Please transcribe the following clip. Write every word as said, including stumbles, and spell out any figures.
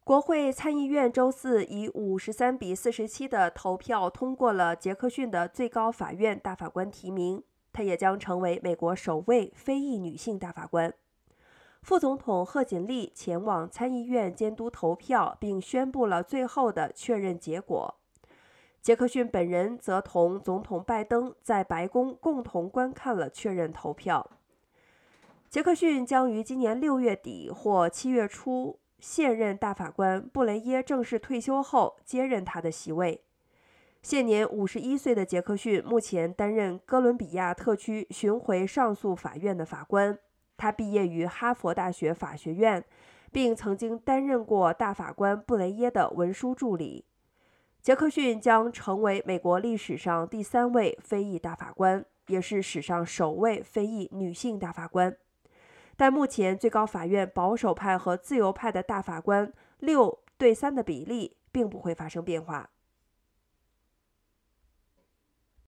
国会参议院周四以五十三比四十七的投票通过了杰克逊的最高法院大法官提名，她也将成为美国首位非裔女性大法官。副总统贺锦丽前往参议院监督投票，并宣布了最后的确认结果。杰克逊本人则同总统拜登在白宫共同观看了确认投票。杰克逊将于今年六月底或七月初现任大法官布雷耶正式退休后接任他的席位。现年五十一岁的杰克逊目前担任哥伦比亚特区巡回上诉法院的法官。他毕业于哈佛大学法学院，并曾经担任过大法官布雷耶的文书助理。杰克逊将成为美国历史上第三位非裔大法官，也是史上首位非裔女性大法官。但目前最高法院保守派和自由派的大法官六对三的比例并不会发生变化。